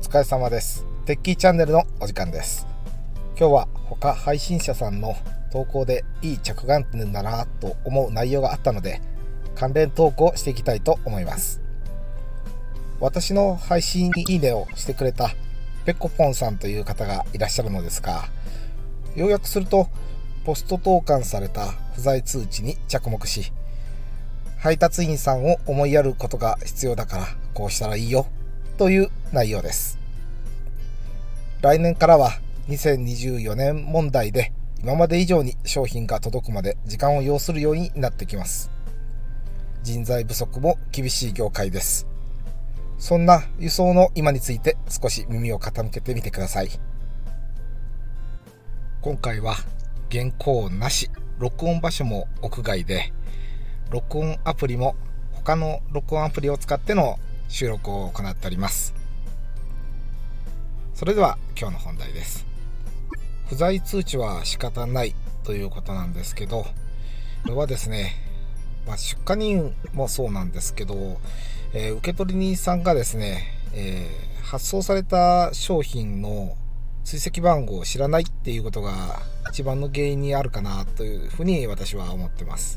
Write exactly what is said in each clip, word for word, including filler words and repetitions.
疲れ様です。テッキーチャンネルのお時間です。今日は他配信者さんの投稿でいい着眼点だなと思う内容があったので、関連トークをしていきたいと思います。私の配信にいいねをしてくれたペコポンさんという方がいらっしゃるのですが、要約するとポスト投函された不在通知に着目し、配達員さんを思いやることが必要だからこうしたらいいよという内容です。来年からはにせんにじゅうよねん問題で今まで以上に商品が届くまで時間を要するようになってきます。人材不足も厳しい業界です。そんな輸送の今について少し耳を傾けてみてください。今回は原稿なし、録音場所も屋外で、録音アプリも他の録音アプリを使っての収録を行っております。それでは今日の本題です。不在通知は仕方ないということなんですけど、これはですね、まあ、出荷人もそうなんですけど、えー、受取人さんがですね、えー、発送された商品の追跡番号を知らないっていうことが一番の原因にあるかなというふうに私は思ってます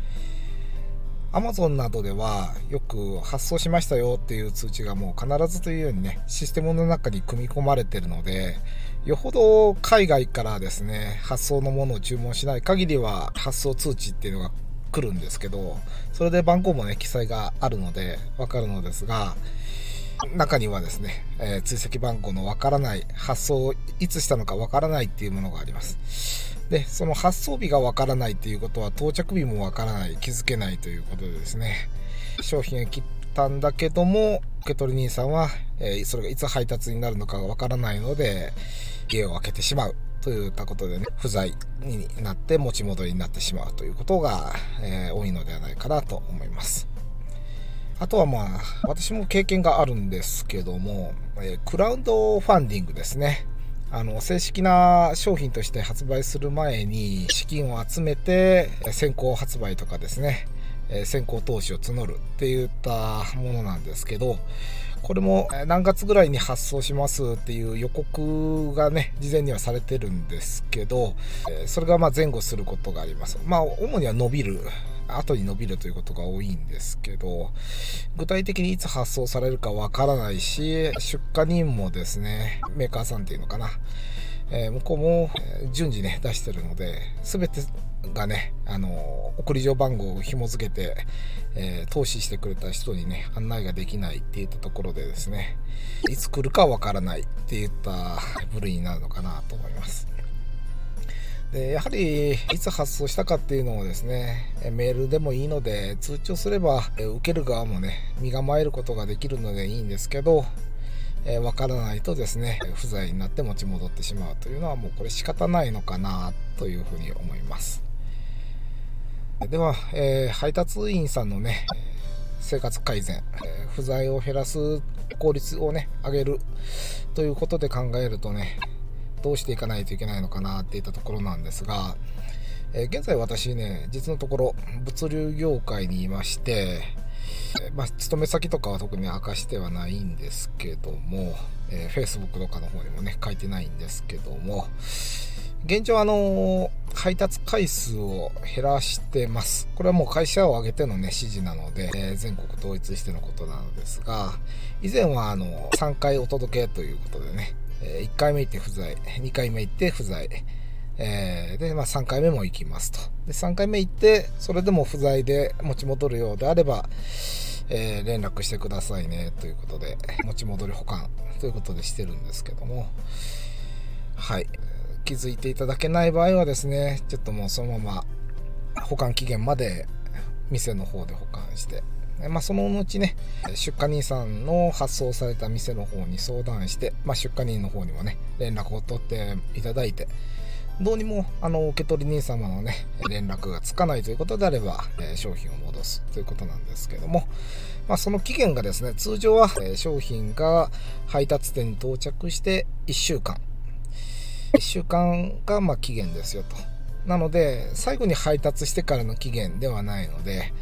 。Amazon などではよく発送しましたよっていう通知がもう必ずというようにね、システムの中に組み込まれているので、よほど海外からですね、発送のものを注文しない限りは発送通知っていうのが来るんですけど、それで番号もね、記載があるのでわかるのですが、中にはですね、えー、追跡番号のわからない、発送いつしたのかわからないっていうものがあります。で、その発送日がわからないっていうことは到着日もわからない、気づけないということでですね、商品を切ったんだけども受取人さんは、えー、それがいつ配達になるのかがわからないので家を開けてしまうといったことでね、不在になって持ち戻りになってしまうということが、えー、多いのではないかなと思います。あとはまあ私も経験があるんですけども、えー、クラウドファンディングですね。あの正式な商品として発売する前に資金を集めて先行発売とかですね、先行投資を募るっていったものなんですけど、これも何月ぐらいに発送しますっていう予告がね、事前にはされてるんですけど、それがまあ前後することがあります。まあ主には伸びる後に伸びるということが多いんですけど、具体的にいつ発送されるかわからないし、出荷人もですね、メーカーさんっていうのかな、えー、向こうも順次ね出してるので、全てがね、あの送り状番号を紐付けて、えー、投資してくれた人にね案内ができないっていったところでですね、いつ来るかわからないっていった部類になるのかなと思います。でやはりいつ発送したかっていうのをですね、メールでもいいので通知をすれば受ける側もね身構えることができるのでいいんですけど、えー、分からないとですね不在になって持ち戻ってしまうというのはもうこれ仕方ないのかなというふうに思います。では、えー、配達員さんのね生活改善、えー、不在を減らす効率をね上げるということで考えるとね、どうしていかないといけないのかなっていったところなんですが、えー、現在私ね実のところ物流業界にいまして、えー、まあ勤め先とかは特に明かしてはないんですけども、えー、Facebook とかの方にもね書いてないんですけども、現状あの配達回数を減らしてます。これはもう会社を挙げてのね指示なので、えー、全国統一してのことなのですが、以前はあのさんかいお届けということでね、いっかいめ行って不在、にかいめ行って不在、えー、で、まあ、さんかいめも行きますと。でさんかいめ行ってそれでも不在で持ち戻るようであれば、えー、連絡してくださいねということで持ち戻り保管ということでしてるんですけども、はい、気づいていただけない場合はですね、ちょっともうそのまま保管期限まで店の方で保管して、まあ、その後ね出荷人さんの発送された店の方に相談して、まあ、出荷人の方にもね連絡を取っていただいて、どうにもあの受取人様のね連絡がつかないということであれば、えー、商品を戻すということなんですけども、まあ、その期限がですね、通常は、えー、商品が配達店に到着していっしゅうかんいっしゅうかんがまあ期限ですよと。なので最後に配達してからの期限ではないので、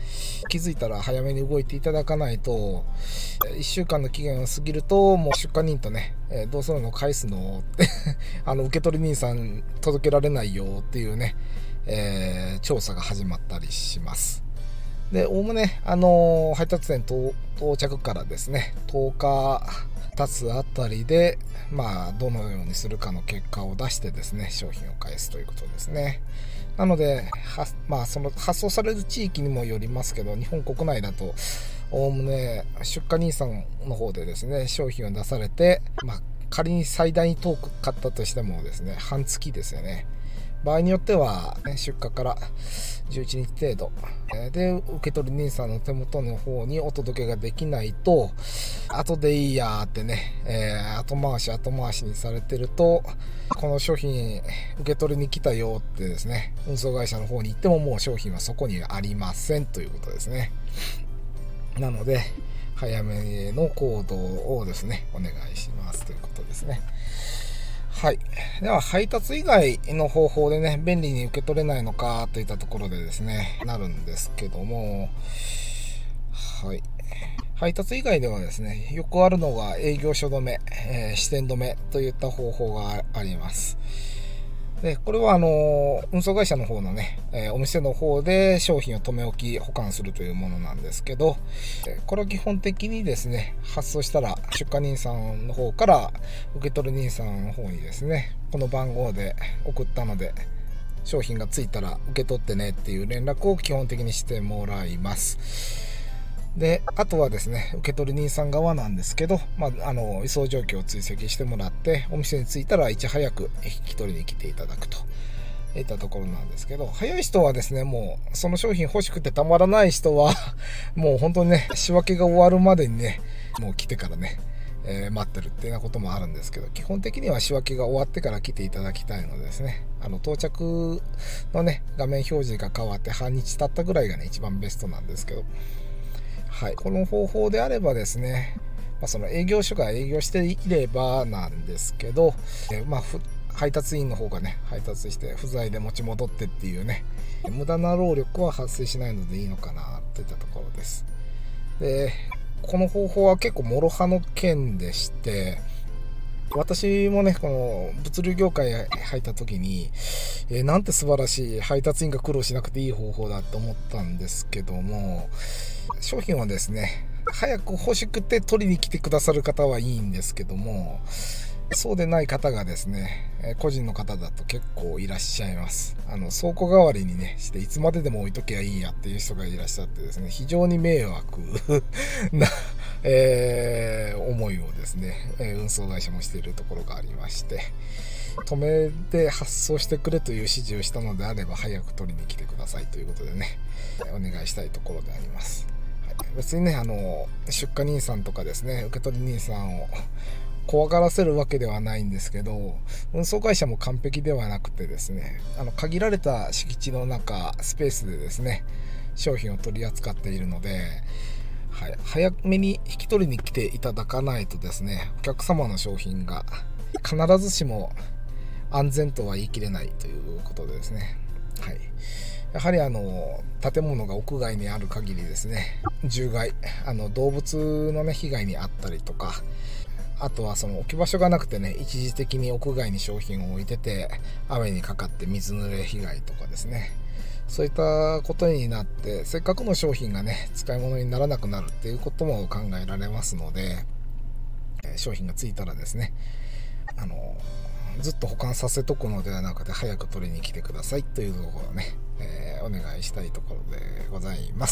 気づいたら早めに動いていただかないと、いっしゅうかんの期限を過ぎるともう出荷人とね、えー、どうするの返すのってあの受取人さん届けられないよっていうね、えー、調査が始まったりします。で、おおむね、あのー、配達店到着からですね、とおか経つあたりで、まあ、どのようにするかの結果を出してですね、商品を返すということですね。なので、はまあ、その発送される地域にもよりますけど、日本国内だと、おおむね出荷人さんの方でですね、商品を出されて、まあ、仮に最大に遠く買ったとしてもですね、半月ですよね。場合によっては、ね、出荷からじゅういちにち程度で受取人さんの手元の方にお届けができないと、後でいいやーってね、えー、後回し後回しにされてると、この商品受け取りに来たよってですね、運送会社の方に行ってももう商品はそこにありませんということですね。なので早めの行動をですね、お願いしますということですね。はい。では、配達以外の方法でね、便利に受け取れないのかといったところでですね、なるんですけども、はい。配達以外ではですね、よくあるのが営業所止め、えー、支店止めといった方法があります。で、これはあの運送会社の方のね、えー、お店の方で商品を留め置き保管するというものなんですけど、これは基本的にですね、発送したら出荷人さんの方から受取人さんの方にですね、この番号で送ったので商品がついたら受け取ってねっていう連絡を基本的にしてもらいます。で、あとはですね、受取人さん側なんですけど、まあ、あの移送状況を追跡してもらって、お店に着いたらいち早く引き取りに来ていただくといったところなんですけど、早い人はですね、もうその商品欲しくてたまらない人はもう本当にね、仕分けが終わるまでにね、もう来てからね、えー、待ってるっていうようなこともあるんですけど、基本的には仕分けが終わってから来ていただきたいのでですね、あの到着のね、画面表示が変わって半日経ったぐらいがね、一番ベストなんですけど、はい、この方法であればですね、まあ、その営業所が営業していればなんですけど、えー、まあ配達員の方がね、配達して不在で持ち戻ってっていうね、無駄な労力は発生しないのでいいのかなといったところです。で、この方法は結構諸刃の剣でして、私もね、この物流業界へ入った時に、えー、なんて素晴らしい配達員が苦労しなくていい方法だと思ったんですけども、商品はですね、早く欲しくて取りに来てくださる方はいいんですけども、そうでない方がですね、個人の方だと結構いらっしゃいます。あの倉庫代わりにねして、いつまででも置いときゃいいやっていう人がいらっしゃってですね、非常に迷惑な、えー、思いをですね、運送会社もしているところがありまして、止めで発送してくれという指示をしたのであれば早く取りに来てくださいということでね、お願いしたいところであります。はい、別にね、あの出荷人さんとかですね、受取人さんを怖がらせるわけではないんですけど、運送会社も完璧ではなくてですね、あの限られた敷地の中スペースでですね、商品を取り扱っているので、はい、早めに引き取りに来ていただかないとですね、お客様の商品が必ずしも安全とは言い切れないということでですね、はい、やはりあの建物が屋外にある限りですね、獣害、あの動物の、ね、被害に遭ったりとか、あとはその置き場所がなくてね、一時的に屋外に商品を置いてて雨にかかって水濡れ被害とかですね、そういったことになってせっかくの商品がね使い物にならなくなるっていうことも考えられますので、商品がついたらですね、あのずっと保管させとくのではなくて早く取りに来てくださいというところをね、えー、お願いしたいところでございます。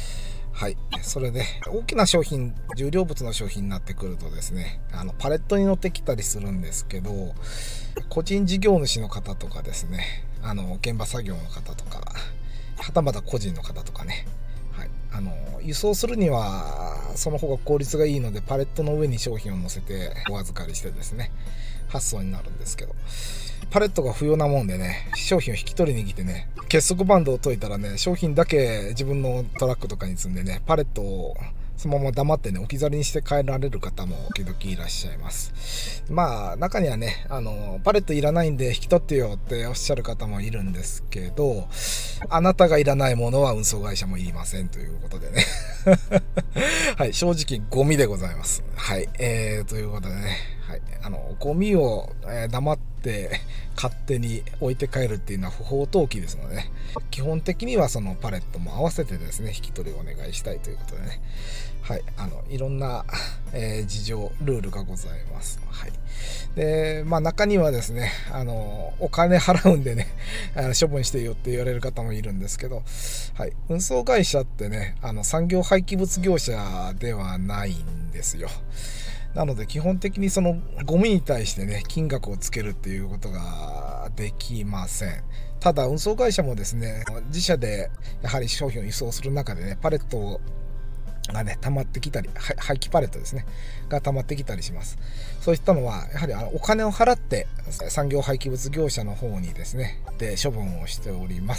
はい、それで大きな商品、重量物の商品になってくるとですね、あのパレットに乗ってきたりするんですけど、個人事業主の方とかですね、あの現場作業の方とか、はたまた個人の方とかね、はい、あの輸送するにはその方が効率がいいのでパレットの上に商品を乗せてお預かりしてですね、発送になるんですけど、パレットが不要なもんでね、商品を引き取りに来てね、結束バンドを解いたらね、商品だけ自分のトラックとかに積んでね、パレットをそのまま黙ってね、置き去りにして帰られる方も時々いらっしゃいます。まあ、中にはね、あの、パレットいらないんで引き取ってよっておっしゃる方もいるんですけど、あなたがいらないものは運送会社もいりませんということでね。はい、正直ゴミでございます。はい、えー、ということでね、はい、あの、ゴミを、えー、黙って勝手に置いて帰るっていうのは不法投棄ですのでね、基本的にはそのパレットも合わせてですね、引き取りをお願いしたいということでね、はい、あのいろんな、えー、事情ルールがございます。はい。で、まあ中にはですね、あのお金払うんでね、あの処分してよって言われる方もいるんですけど、はい、運送会社ってね、あの産業廃棄物業者ではないんですよ。なので基本的にそのゴミに対してね、金額をつけるっていうことができません。ただ運送会社もですね、自社でやはり商品を輸送する中でね、パレットがね溜まってきたり、廃棄パレットですねが溜まってきたりします。そういったのはやはりあのお金を払って産業廃棄物業者の方にですねで処分をしております。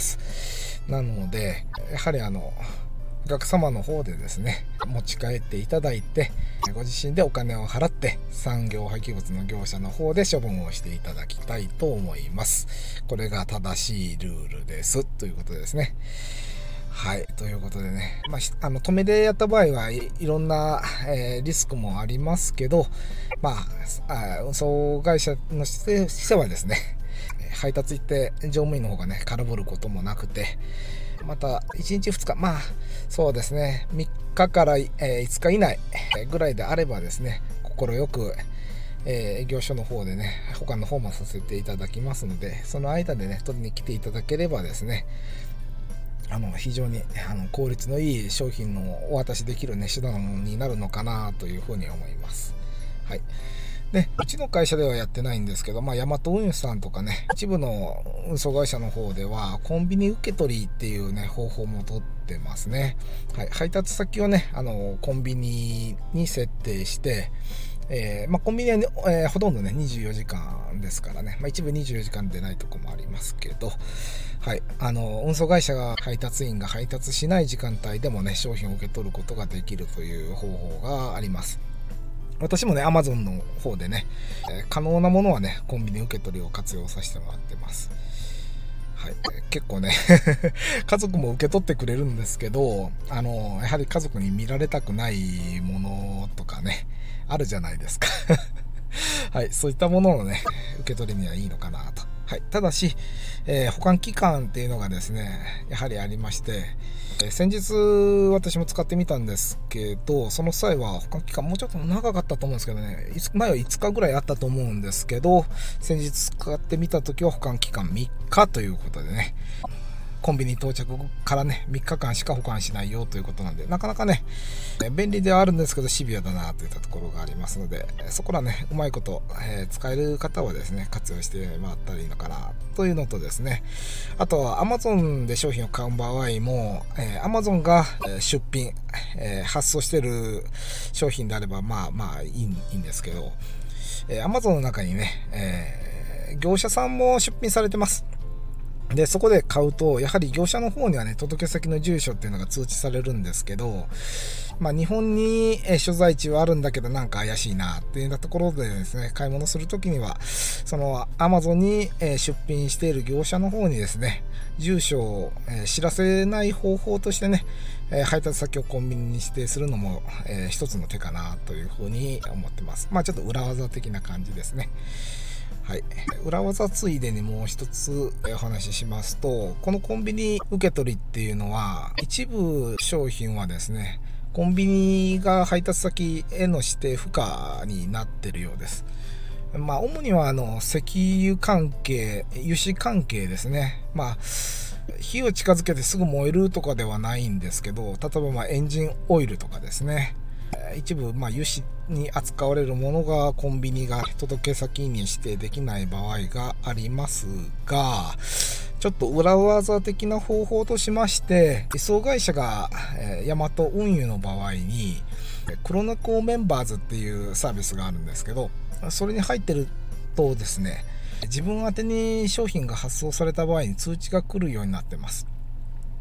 なのでやはりあのお客様の方でですね持ち帰っていただいて、ご自身でお金を払って産業廃棄物の業者の方で処分をしていただきたいと思います。これが正しいルールですということですね。はい、ということでね、まあ、あの止めでやった場合はい、いろんな、えー、リスクもありますけど、まあ、あ運送会社の施設はですね、配達行って乗務員の方がね空振ることもなくて、またいちにちふつか、まあそうですねみっかから、えー、いつか以内ぐらいであればですね、心よくえー、営業所の方でね他の方もさせていただきますので、その間でね取りに来ていただければですね、あの非常にあの効率のいい商品のお渡しできる、ね、手段になるのかなというふうに思います。はい。で、うちの会社ではやってないんですけど、まあ、ヤマト運輸さんとかね、一部の運送会社の方では、コンビニ受け取りっていうね、方法も取ってますね。はい。配達先をね、あの、コンビニに設定して、えーまあ、コンビニは、ねえー、ほとんどねにじゅうよじかんですからね、まあ、一部にじゅうよじかんでないとこもありますけど、はい、あの運送会社が配達員が配達しない時間帯でもね商品を受け取ることができるという方法があります。私もね Amazon の方でね、えー、可能なものはねコンビニ受け取りを活用させてもらってます。はい、結構ね家族も受け取ってくれるんですけど、あのやはり家族に見られたくないものとかねあるじゃないですかはい、そういったもののね受け取りにはいいのかなと。はい、ただし、えー、保管期間っていうのがですねやはりありまして、えー、先日私も使ってみたんですけど、その際は保管期間もうちょっと長かったと思うんですけどね、前はいつかぐらいあったと思うんですけど、先日使ってみた時は保管期間みっかということでね、コンビニ到着からねみっかかんしか保管しないよということなんで、なかなかね便利ではあるんですけどシビアだなといったところがありますので、そこらねうまいこと、えー、使える方はですね活用してもらったらいいのかなというのとですね、あとは Amazon で商品を買う場合も、えー、Amazon が出品、えー、発送してる商品であればまあまあいい、いいんですけど、えー、Amazon の中にね、えー、業者さんも出品されてます。でそこで買うとやはり業者の方にはね届け先の住所っていうのが通知されるんですけど、まあ、日本に所在地はあるんだけどなんか怪しいなっていうところでですね、買い物するときにはその Amazon に出品している業者の方にですね住所を知らせない方法としてね配達先をコンビニに指定するのも一つの手かなというふうに思ってます。まあちょっと裏技的な感じですね。はい、裏技ついでにもう一つお話ししますと、このコンビニ受け取りっていうのは一部商品はですねコンビニが配達先への指定不可になっているようです。まあ主にはあの石油関係、油脂関係ですね。まあ火を近づけてすぐ燃えるとかではないんですけど、例えばまあエンジンオイルとかですね、一部まあ油脂に扱われるものがコンビニが届け先に指定できない場合がありますが、ちょっと裏技的な方法としまして輸送会社がヤマト運輸の場合にクロネコメンバーズっていうサービスがあるんですけど、それに入ってるとですね自分宛てに商品が発送された場合に通知が来るようになってます。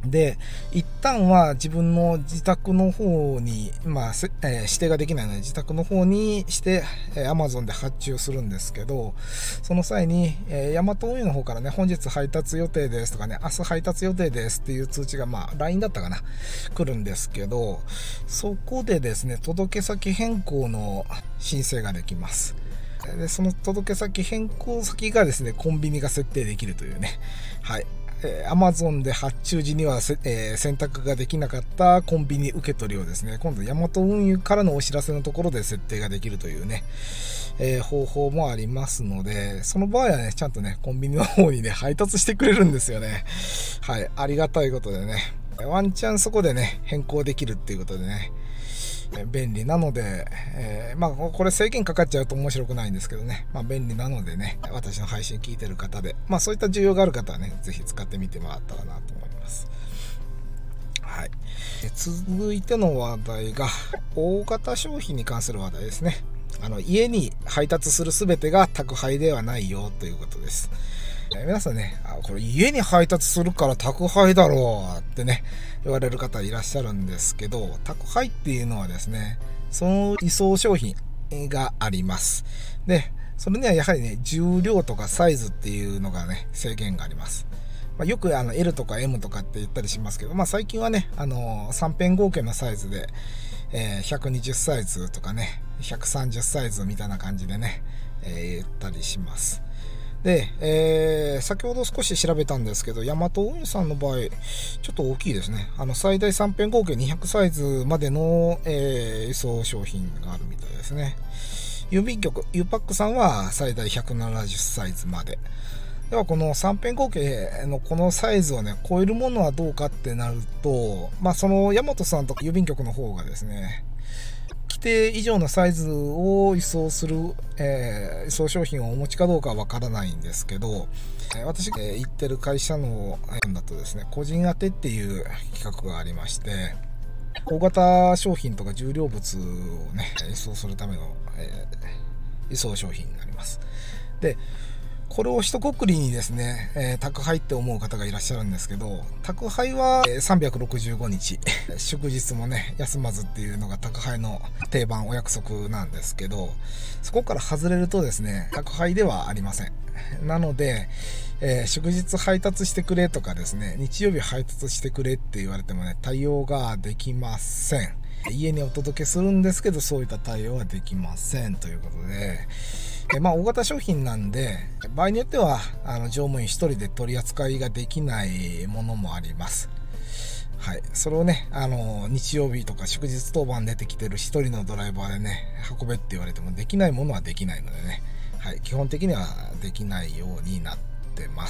で、一旦は自分の自宅の方に、まあ、えー、指定ができないので、自宅の方にして、えー、Amazon で発注するんですけど、その際に、えー、ヤマト運輸の方からね、本日配達予定ですとかね、明日配達予定ですっていう通知が、まあ、ライン だったかな、来るんですけど、そこでですね、届け先変更の申請ができます。で、その届け先変更先がですね、コンビニが設定できるというね、はい。えー、Amazon で発注時には、えー、選択ができなかったコンビニ受け取りをですね、今度ヤマト運輸からのお知らせのところで設定ができるというね、えー、方法もありますので、その場合はね、ちゃんとね、コンビニの方にね、配達してくれるんですよね。はい、ありがたいことでね、ワンチャンそこでね、変更できるっていうことでね、便利なので、えー、まあこれ制限かかっちゃうと面白くないんですけどね、まあ便利なのでね、私の配信聞いてる方で、まあそういった需要がある方はね、ぜひ使ってみてもらったらなと思います。はい。続いての話題が、大型商品に関する話題ですね。あの、家に配達するすべてが宅配ではないよということです。皆さんね、あ、これ家に配達するから宅配だろうってね、言われる方いらっしゃるんですけど、宅配っていうのはですね、その移送商品があります。で、それにはやはりね、重量とかサイズっていうのがね、制限があります。まあ、よくあの エル とか エム とかって言ったりしますけど、まあ最近はね、あのー、さん辺合計のサイズで、えー、ひゃくにじゅうサイズとかね、ひゃくさんじゅうサイズみたいな感じでね、えー、言ったりします。で、えー、先ほど少し調べたんですけど、ヤマト運輸さんの場合、ちょっと大きいですね。あの、最大さん辺合計にひゃくサイズまでの、えー、輸送商品があるみたいですね。郵便局、ユーパックさんは最大ひゃくななじゅうサイズまで。では、このさん辺合計のこのサイズをね、超えるものはどうかってなると、まあ、そのヤマトさんとか郵便局の方がですね、規定以上のサイズを輸送する、えー、輸送商品をお持ちかどうかはわからないんですけど、私が行ってる会社のだとですね、個人宛てっていう企画がありまして、大型商品とか重量物をね、輸送するための、えー、輸送商品になります。で、これを一括りにですね、えー、宅配って思う方がいらっしゃるんですけど、宅配はさんびゃくろくじゅうごにち、祝日もね、休まずっていうのが宅配の定番お約束なんですけど、そこから外れるとですね、宅配ではありません。なので、えー、祝日配達してくれとかですね、日曜日配達してくれって言われてもね、対応ができません。家にお届けするんですけど、そういった対応はできませんということで、えまあ、大型商品なんで、場合によってはあの乗務員一人で取り扱いができないものもあります。はい、それをね、あの日曜日とか祝日当番出てきてる一人のドライバーでね、運べって言われてもできないものはできないのでね、はい、基本的にはできないようになってます。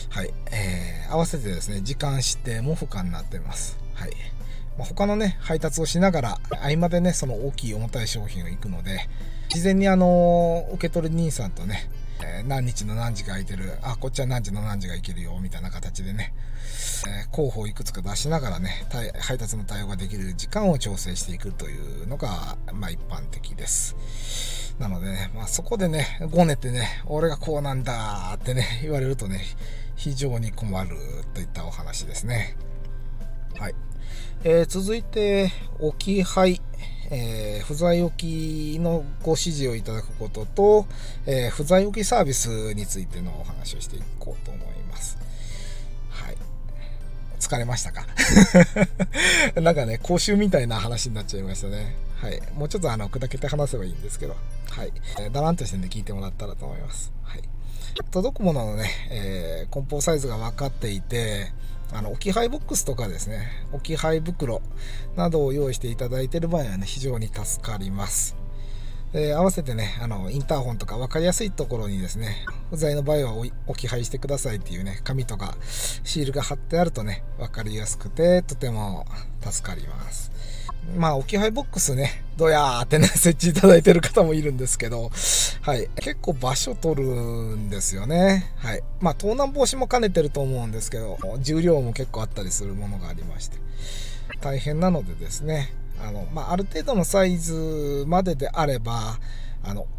はい、えー、合わせてですね、時間指定も不可になってます。はい。まあ、他のね、配達をしながら、合間でね、その大きい重たい商品を行くので、事前にあの、受け取り人さんとね、えー、何日の何時が空いてる、あ、こっちは何時の何時が行けるよ、みたいな形でね、えー、候補をいくつか出しながらね、配達の対応ができる時間を調整していくというのが、まあ一般的です。なのでね、まあそこでね、ごねてね、俺がこうなんだってね、言われるとね、非常に困るといったお話ですね。はい。えー、続いて、置き配、えー、不在置きのご指示をいただくことと、えー、不在置きサービスについてのお話をしていこうと思います。はい。疲れましたかなんかね、講習みたいな話になっちゃいましたね。はい。もうちょっとあの、砕けて話せばいいんですけど、はい。えー、だらんとしてね、聞いてもらったらと思います。はい。届くもののね、えー、梱包サイズが分かっていて、あの置き配ボックスとかですね、置き配袋などを用意していただいている場合はね、非常に助かります。で、合わせてね、あのインターホンとか分かりやすいところにですね、不在の場合は置き配してくださいっていうね、紙とかシールが貼ってあるとね、分かりやすくてとても助かります。まあ置き配ボックスね、どうやーってね、設置いただいてる方もいるんですけど、はい、結構場所取るんですよね。はい。まあ盗難防止も兼ねてると思うんですけど、重量も結構あったりするものがありまして、大変なのでですね、あの、まあある程度のサイズまでであれば、あの、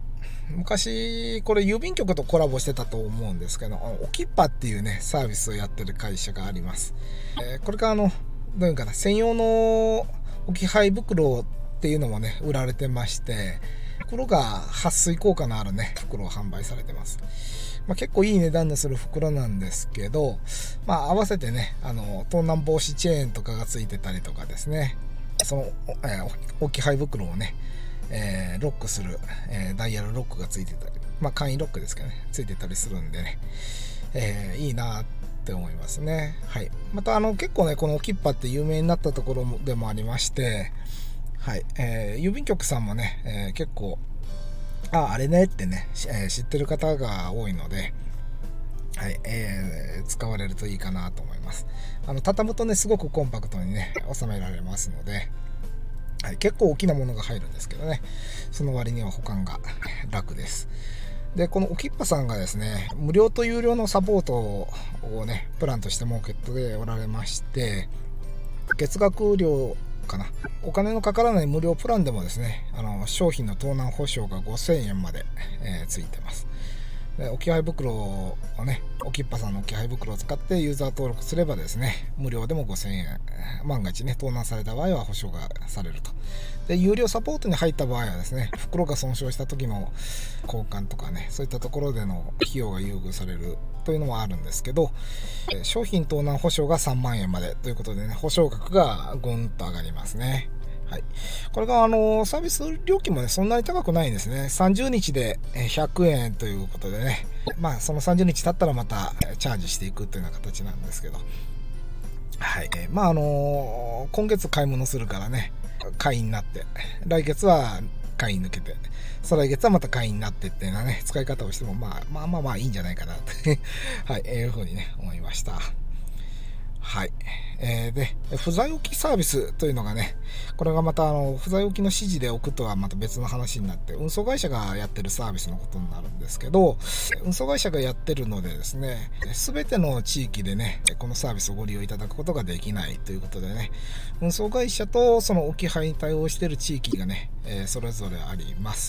昔これ郵便局とコラボしてたと思うんですけど、オキッパっていうねサービスをやってる会社があります。えー、これがあのどういうかな、専用の置き配袋っていうのもね売られてまして、袋が撥水効果のあるね袋を販売されてます。まあ、結構いい値段のする袋なんですけど、まあ、合わせてねあの盗難防止チェーンとかがついてたりとかですね、その、えー、置き配袋をね、えー、ロックする、えー、ダイヤルロックがついてたり、まあ簡易ロックですけどねついてたりするんでね、えー、いいなって思いますね。はい。またあの結構ねこのオキッパって有名になったところでもありまして、はい、えー、郵便局さんもね、えー、結構ああれねってね、えー、知ってる方が多いので、はい、えー、使われるといいかなと思います。あの畳むとねすごくコンパクトにね収められますので、はい、結構大きなものが入るんですけどね、その割には保管が楽です。でこのオキッパさんがですね無料と有料のサポートをねプランとして設けておられまして、月額料かな、お金のかからない無料プランでもですね、あの商品の盗難保証がごせんえんまで、えー、ついてます。で置き配袋をね、オキッパさんの置き配袋を使ってユーザー登録すればですね無料でもごせんえん、万が一ね盗難された場合は保証がされると。で有料サポートに入った場合はですね、袋が損傷した時の交換とかね、そういったところでの費用が優遇されるというのもあるんですけど、商品盗難保証がさんまんえんまでということでね、保証額がぐんと上がりますね。はい、これがあのサービス料金もねそんなに高くないんですね。さんじゅうにちでひゃくえんということでね、まあそのさんじゅうにち経ったらまたチャージしていくというような形なんですけど、はい、まああの今月買い物するからね会員になって、来月は会員抜けて、再来月はまた会員になってっていうようなね使い方をしてもまあまあまあまあいいんじゃないかなとはい、えー、いうふうにね思いました。はい、えー、で不在置きサービスというのがね、これがまたあの不在置きの指示で置くとはまた別の話になって、運送会社がやってるサービスのことになるんですけど、運送会社がやってるのでですね、全ての地域でねこのサービスをご利用いただくことができないということでね、運送会社とその置き配に対応している地域がね、えー、それぞれあります。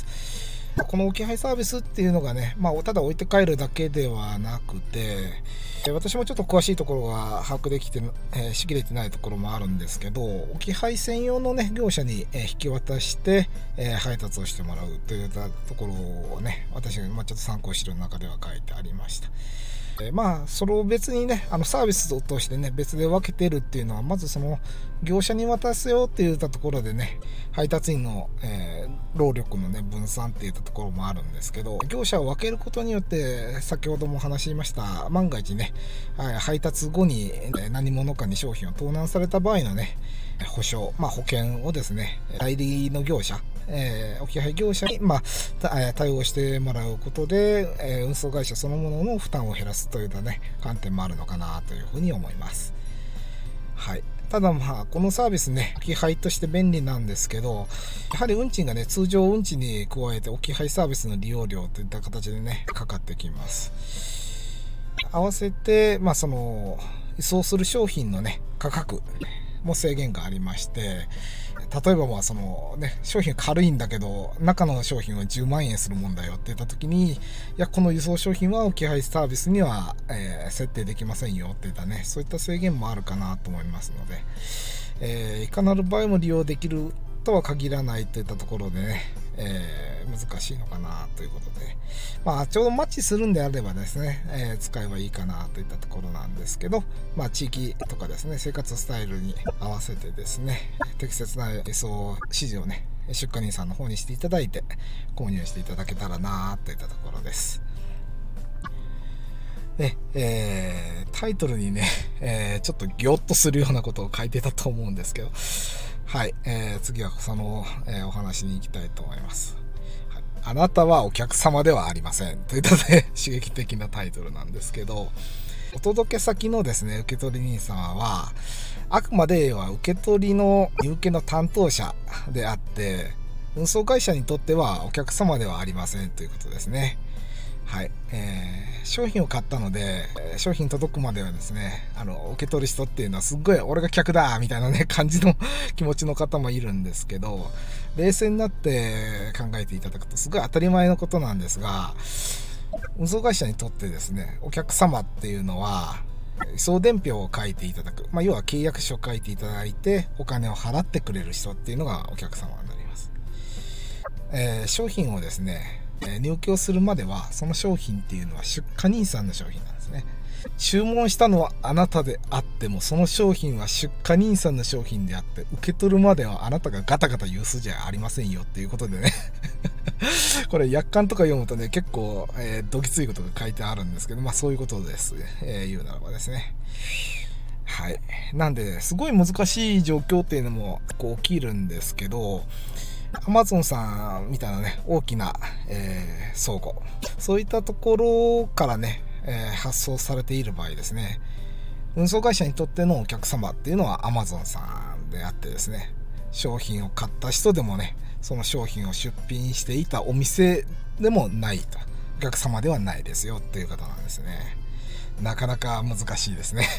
この置き配サービスっていうのがね、まあ、ただ置いて帰るだけではなくて、私もちょっと詳しいところが把握できて、えー、しきれてないところもあるんですけど、置き配専用のね業者に、えー、引き渡して、えー、配達をしてもらうといったところをね、私が、まあ、ちょっと参考資料の中では書いてありました。まあそれを別にねあのサービスとしてね別で分けてるっていうのは、まずその業者に渡すよって言ったところでね配達員の、えー、労力のね分散って言ったところもあるんですけど、業者を分けることによって先ほども話しました万が一ね配達後に何者かに商品を盗難された場合のね保証、まあ、保険をですね代理の業者、えー、置き配業者に、まあ、対応してもらうことで、えー、運送会社そのものの負担を減らすというような、ね、観点もあるのかなというふうに思います。はい、ただまあこのサービスね置き配として便利なんですけど、やはり運賃がね通常運賃に加えて置き配サービスの利用料といった形でねかかってきます。合わせて、まあ、その輸送する商品のね価格も制限がありまして、例えばまあそのね商品軽いんだけど中の商品はじゅうまんえんするもんだよって言った時に、いやこの輸送商品は置き配サービスには、えー、設定できませんよって言ったね、そういった制限もあるかなと思いますので、えー、いかなる場合も利用できるとは限らないといったところでね、えー、難しいのかなということで、まあちょうどマッチするんであればですね、えー、使えばいいかなといったところなんですけど、まあ地域とかですね生活スタイルに合わせてですね適切な輸送指示をね出荷人さんの方にしていただいて購入していただけたらなといったところです。ねえー、タイトルにね、えー、ちょっとギョッとするようなことを書いてたと思うんですけど、はい、えー、次はその、えー、お話に行きたいと思います。はい、あなたはお客様ではありませんといったね刺激的なタイトルなんですけど、お届け先のですね受取人様はあくまでは受け取りの荷受けの担当者であって、運送会社にとってはお客様ではありませんということですね。 はい、えー、商品を買ったので、商品届くまではですね、あの、受け取る人っていうのはすっごい俺が客だみたいなね、感じの気持ちの方もいるんですけど、冷静になって考えていただくとすごい当たり前のことなんですが、運送会社にとってですね、お客様っていうのは、輸送伝票を書いていただく、まあ、要は契約書を書いていただいて、お金を払ってくれる人っていうのがお客様になります。えー、商品をですね、入居するまではその商品っていうのは出荷人さんの商品なんですね。注文したのはあなたであっても、その商品は出荷人さんの商品であって、受け取るまではあなたがガタガタ言う筋合いありませんよっていうことでねこれ約款とか読むとね、結構、えー、どぎついことが書いてあるんですけど、まあそういうことです、えー、言うならばですね。はい。なんで、すごい難しい状況っていうのもこう起きるんですけど、アマゾンさんみたいなね、大きな、えー、倉庫、そういったところからね、えー、発送されている場合ですね、運送会社にとってのお客様っていうのはアマゾンさんであってですね、商品を買った人でもね、その商品を出品していたお店でもないと、お客様ではないですよっていう方なんですね。なかなか難しいですね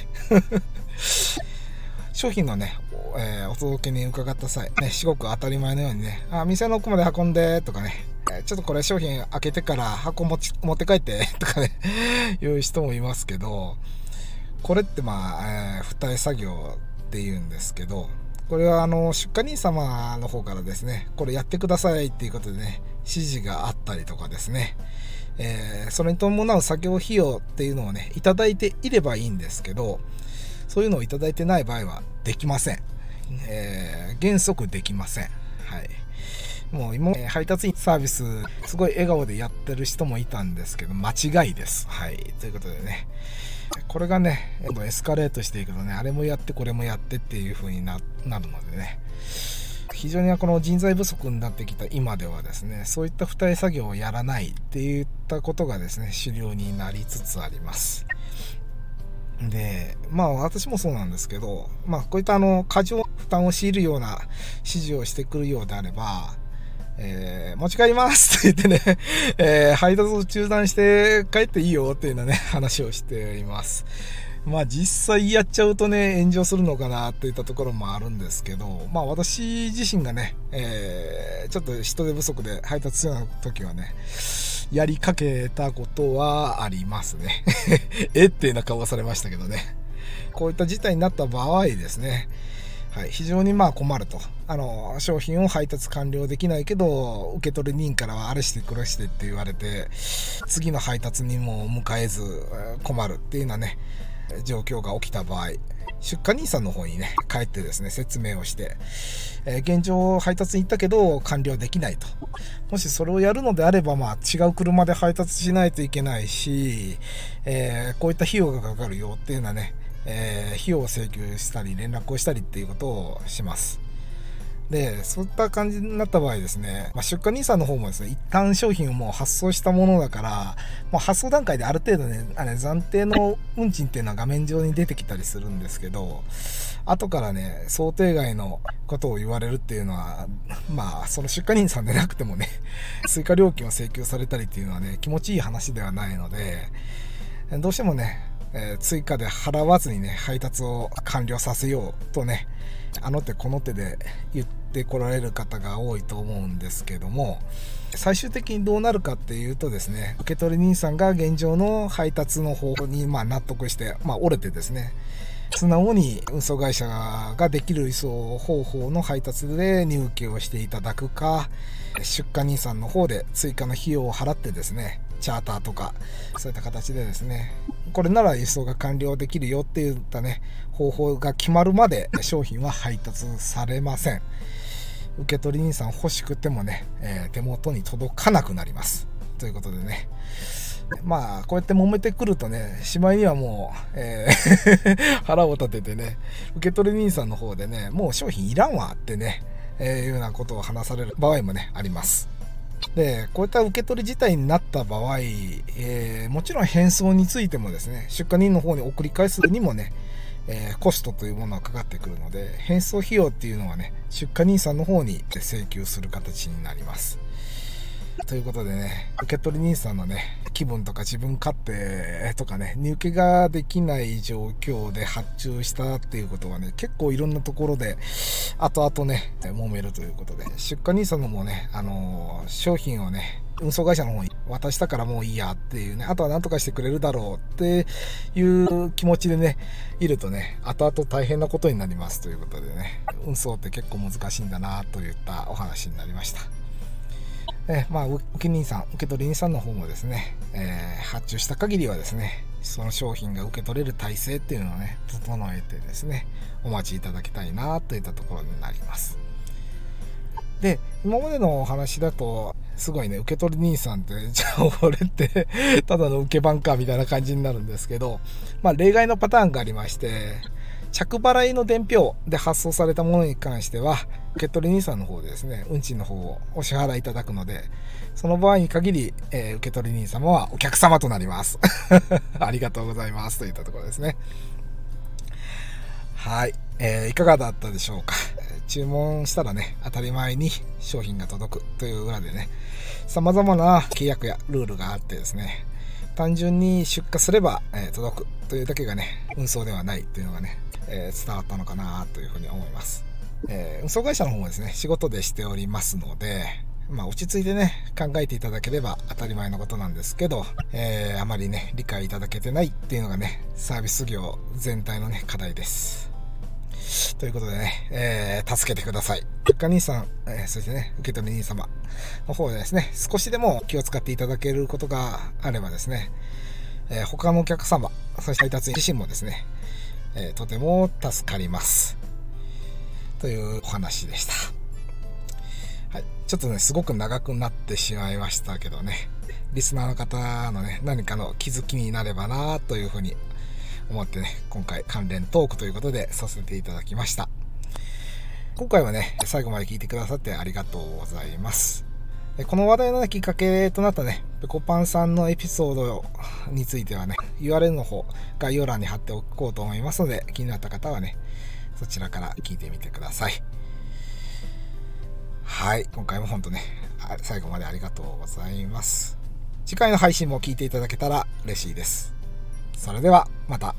商品のね、えー、お届けに伺った際、ね、至極当たり前のようにね、あ、店の奥まで運んでとかね、ちょっとこれ商品開けてから箱持ち持って帰ってとかねいう人もいますけど、これってまあ、えー、付帯作業って言うんですけど、これはあの出荷人様の方からですね、これやってくださいっていうことでね、指示があったりとかですね、えー、それに伴う作業費用っていうのをね、いただいていればいいんですけど、そういうのをいただいてない場合はできません。えー、原則できません。はい。もう今、配達員サービス、すごい笑顔でやってる人もいたんですけど、間違いです。はい。ということでね、これがね、エスカレートしていくとね、あれもやってこれもやってっていう風に な, なるのでね、非常にこの人材不足になってきた今ではですね、そういった付帯作業をやらないっていったことがですね、主流になりつつあります。で、まあ私もそうなんですけど、まあこういったあの過剰負担を強いるような指示をしてくるようであれば、えー、持ち帰りますって言ってね、えー、配達を中断して帰っていいよっていうようなね、話をしています。まあ実際やっちゃうとね、炎上するのかなっていったところもあるんですけど、まあ私自身がね、えー、ちょっと人手不足で配達するような時はね、やりかけたことはありますねえっていうような顔をされましたけどね。こういった事態になった場合ですね、はい、非常にまあ困ると。あの商品を配達完了できないけど、受け取り人からはあれしてこれしてって言われて、次の配達にも迎えず困るっていうようなね、状況が起きた場合、出荷人さんの方にね、帰ってですね、説明をして、えー、現状配達に行ったけど完了できないと。もしそれをやるのであれば、まあ違う車で配達しないといけないし、えー、こういった費用がかかるよっていうのはね、えー、費用を請求したり連絡をしたりっていうことをします。で、そういった感じになった場合ですね、まあ、出荷人さんの方もですね、一旦商品をもう発送したものだから、もう発送段階である程度ね、あれ暫定の運賃っていうのは画面上に出てきたりするんですけど、後からね、想定外のことを言われるっていうのは、まあ、その出荷人さんでなくてもね、追加料金を請求されたりっていうのはね、気持ちいい話ではないので、どうしてもね、えー、追加で払わずにね、配達を完了させようとね、あの手この手で言ってこられる方が多いと思うんですけども、最終的にどうなるかっていうとですね、受取人さんが現状の配達の方法にまあ納得して、まあ折れてですね、素直に運送会社ができる輸送方法の配達で入居をしていただくか、出荷人さんの方で追加の費用を払ってですね、チャーターとかそういった形でですね、これなら輸送が完了できるよっていったね、方法が決まるまで商品は配達されません。受取人さん欲しくてもね、えー、手元に届かなくなりますということでね、まあこうやって揉めてくるとね、しまいにはもう、えー、腹を立ててね、受取人さんの方でね、もう商品いらんわってね、えー、いうようなことを話される場合もねあります。で、こういった受け取り自体になった場合、えー、もちろん返送についてもですね、出荷人の方に送り返すにもね、えー、コストというものがかかってくるので、返送費用っていうのはね、出荷人さんの方に請求する形になります。 ということでね、受取人さんのね、気分とか自分勝手とかね、荷受けができない状況で発注したっていうことはね、結構いろんなところで、後々ね、揉めるということで、出荷人さんのもね、あのー、商品をね、運送会社の方に渡したからもういいやっていうね、あとは何とかしてくれるだろうっていう気持ちでね、いるとね、後々大変なことになりますということでね、運送って結構難しいんだなといったお話になりました。えまあ、受け人さん、受取人さんの方もですね、えー、発注した限りはですね、その商品が受け取れる体制っていうのをね、整えてですね、お待ちいただきたいなといったところになります。で、今までのお話だと、すごいね、受取人さんって、じゃあ俺って、ただの受け番かみたいな感じになるんですけど、まあ例外のパターンがありまして、着払いの伝票で発送されたものに関しては、受取人さんの方でですね、運賃の方をお支払いいただくので、その場合に限り、えー、受取人様はお客様となります。ありがとうございますといったところですね。はい、えー、いかがだったでしょうか。注文したらね、当たり前に商品が届くという裏でね、様々な契約やルールがあってですね、単純に出荷すれば、えー、届くというだけがね、運送ではないというのがね、えー、伝わったのかなというふうに思います。えー、運送会社の方もですね、仕事でしておりますので、まあ落ち着いてね、考えていただければ当たり前のことなんですけど、えー、あまりね、理解いただけてないっていうのがね、サービス業全体のね、課題です。ということでね、えー、助けてください。出荷人さん、えー、そしてね、受取人様の方でですね、少しでも気を使っていただけることがあればですね、えー、他のお客様、そして配達員自身もですね、えー、とても助かります。というお話でした。はい。ちょっとね、すごく長くなってしまいましたけどね、リスナーの方のね、何かの気づきになればなというふうに思ってね、今回関連トークということでさせていただきました。今回はね、最後まで聞いてくださってありがとうございます。この話題の、ね、きっかけとなったね、ペコパンさんのエピソードについてはね、ユーアールエル の方、概要欄に貼っておこうと思いますので、気になった方はね、そちらから聞いてみてください。はい、今回も本当ね、最後までありがとうございます。次回の配信も聞いていただけたら嬉しいです。それでは、また。